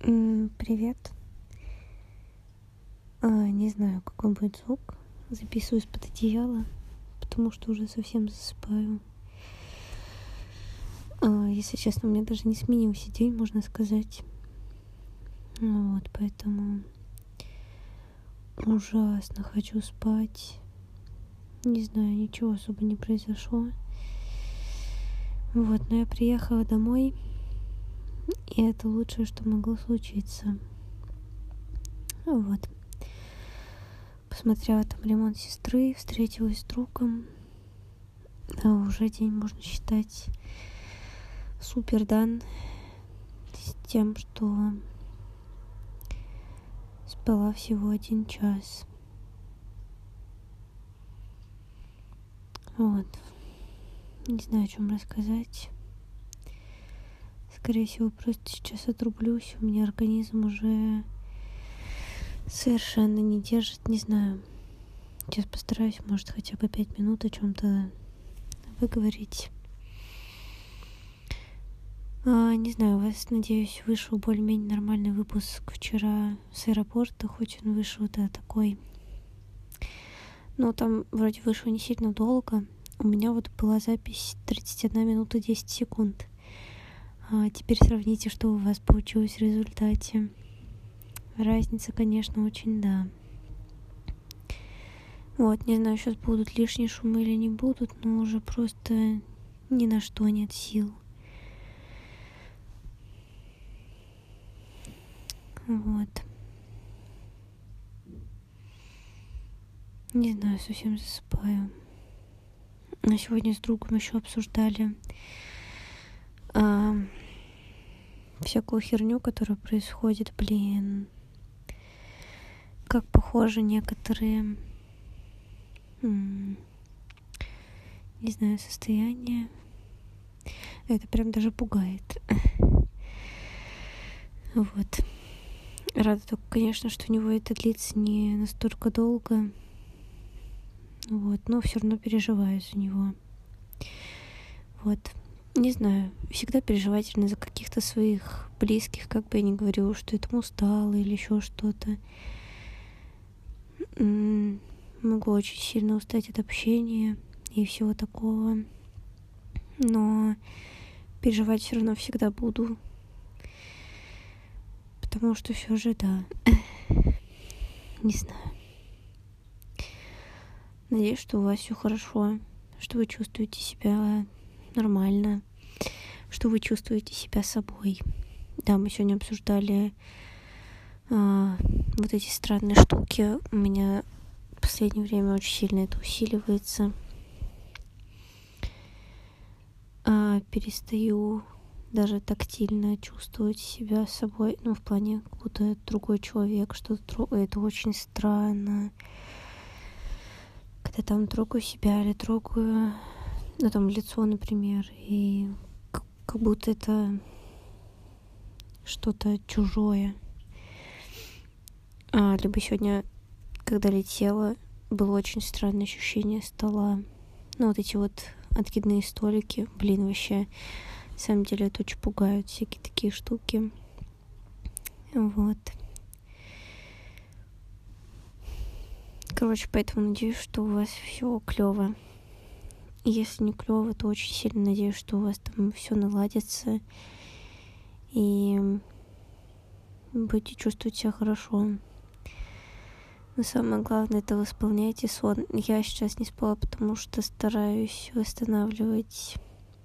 Привет. Не знаю, какой будет звук. Записываюсь под одеяло, потому что уже совсем засыпаю. Если честно, у меня даже не сменился день, можно сказать. Вот, поэтому ужасно хочу спать. Не знаю, ничего особо не произошло. Вот, но я приехала домой, и это лучшее, что могло случиться. Вот. Посмотрела там ремонт сестры, встретилась с другом. Уже день можно считать супер дан с тем, что спала всего 1 час. Вот. Не знаю, о чем рассказать. Скорее всего, просто сейчас отрублюсь. У меня организм уже совершенно не держит. Не знаю. Сейчас постараюсь, может, хотя бы 5 минут о чем-то выговорить. Не знаю, у вас, надеюсь, вышел более-менее нормальный выпуск вчера с аэропорта, хоть он вышел, да, такой. Но там вроде вышло не сильно долго. У меня вот была запись 31 минута 10 секунд. Теперь сравните, что у вас получилось в результате. Разница, конечно, очень, да. Вот, не знаю, сейчас будут лишние шумы или не будут, но уже просто ни на что нет сил. Вот. Не знаю, совсем засыпаю. А сегодня с другом еще обсуждали всякую херню, которая происходит, как похожи некоторые, не знаю, состояния. Это прям даже пугает. Вот. Рада только, конечно, что у него это длится не настолько долго. Вот, но все равно переживаю за него. Вот. Не знаю, всегда переживательно за каких-то своих близких, как бы я ни говорила, что этому устала или еще что-то. Могу очень сильно устать от общения и всего такого. Но переживать все равно всегда буду. Потому что все же, да. Не знаю. Надеюсь, что у вас все хорошо, что вы чувствуете себя нормально, что вы чувствуете себя собой. Да, мы сегодня обсуждали вот эти странные штуки. У меня в последнее время очень сильно это усиливается. Перестаю даже тактильно чувствовать себя собой. В плане, как будто другой человек что-то трогает. Это очень странно. Когда там трогаю себя или трогаю, там лицо, например, и как будто это что-то чужое. Либо сегодня, когда летела, было очень странное ощущение стола. Вот эти вот откидные столики. Вообще, на самом деле, это очень пугают, всякие такие штуки. Вот. Короче, поэтому надеюсь, что у вас все клево. Если не клево, то очень сильно надеюсь, что у вас там все наладится. И будете чувствовать себя хорошо. Но самое главное, это восполняйте сон. Я сейчас не спала, потому что стараюсь восстанавливать.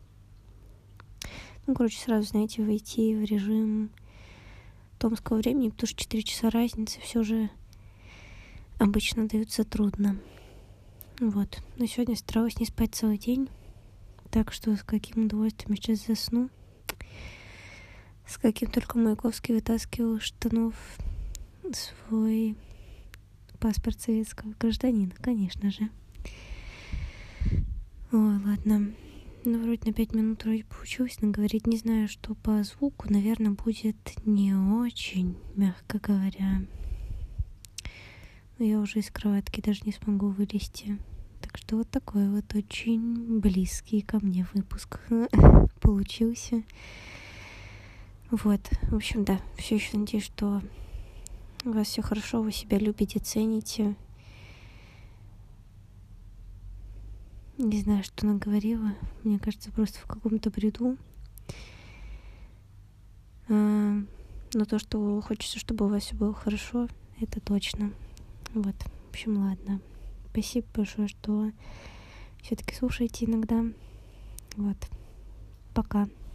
Сразу, знаете, войти в режим томского времени, потому что 4 часа разницы все же обычно даются трудно. Вот. Но сегодня старалась не спать целый день. Так что с каким удовольствием сейчас засну. С каким только Маяковский вытаскивал из штанов свой паспорт советского гражданина, конечно же. Ой, ладно. Вроде на 5 минут получилось наговорить. Не знаю, что по звуку, наверное, будет не очень, мягко говоря. Но я уже из кроватки даже не смогу вылезти. Так что вот такой вот очень близкий ко мне выпуск получился. Вот, в общем, да, все еще надеюсь, что у вас все хорошо, вы себя любите, цените. Не знаю, что наговорила. Мне кажется, просто в каком-то бреду. Но то, что хочется, чтобы у вас все было хорошо, это точно. Вот, в общем, ладно. Спасибо большое, что все-таки слушаете иногда. Вот, пока.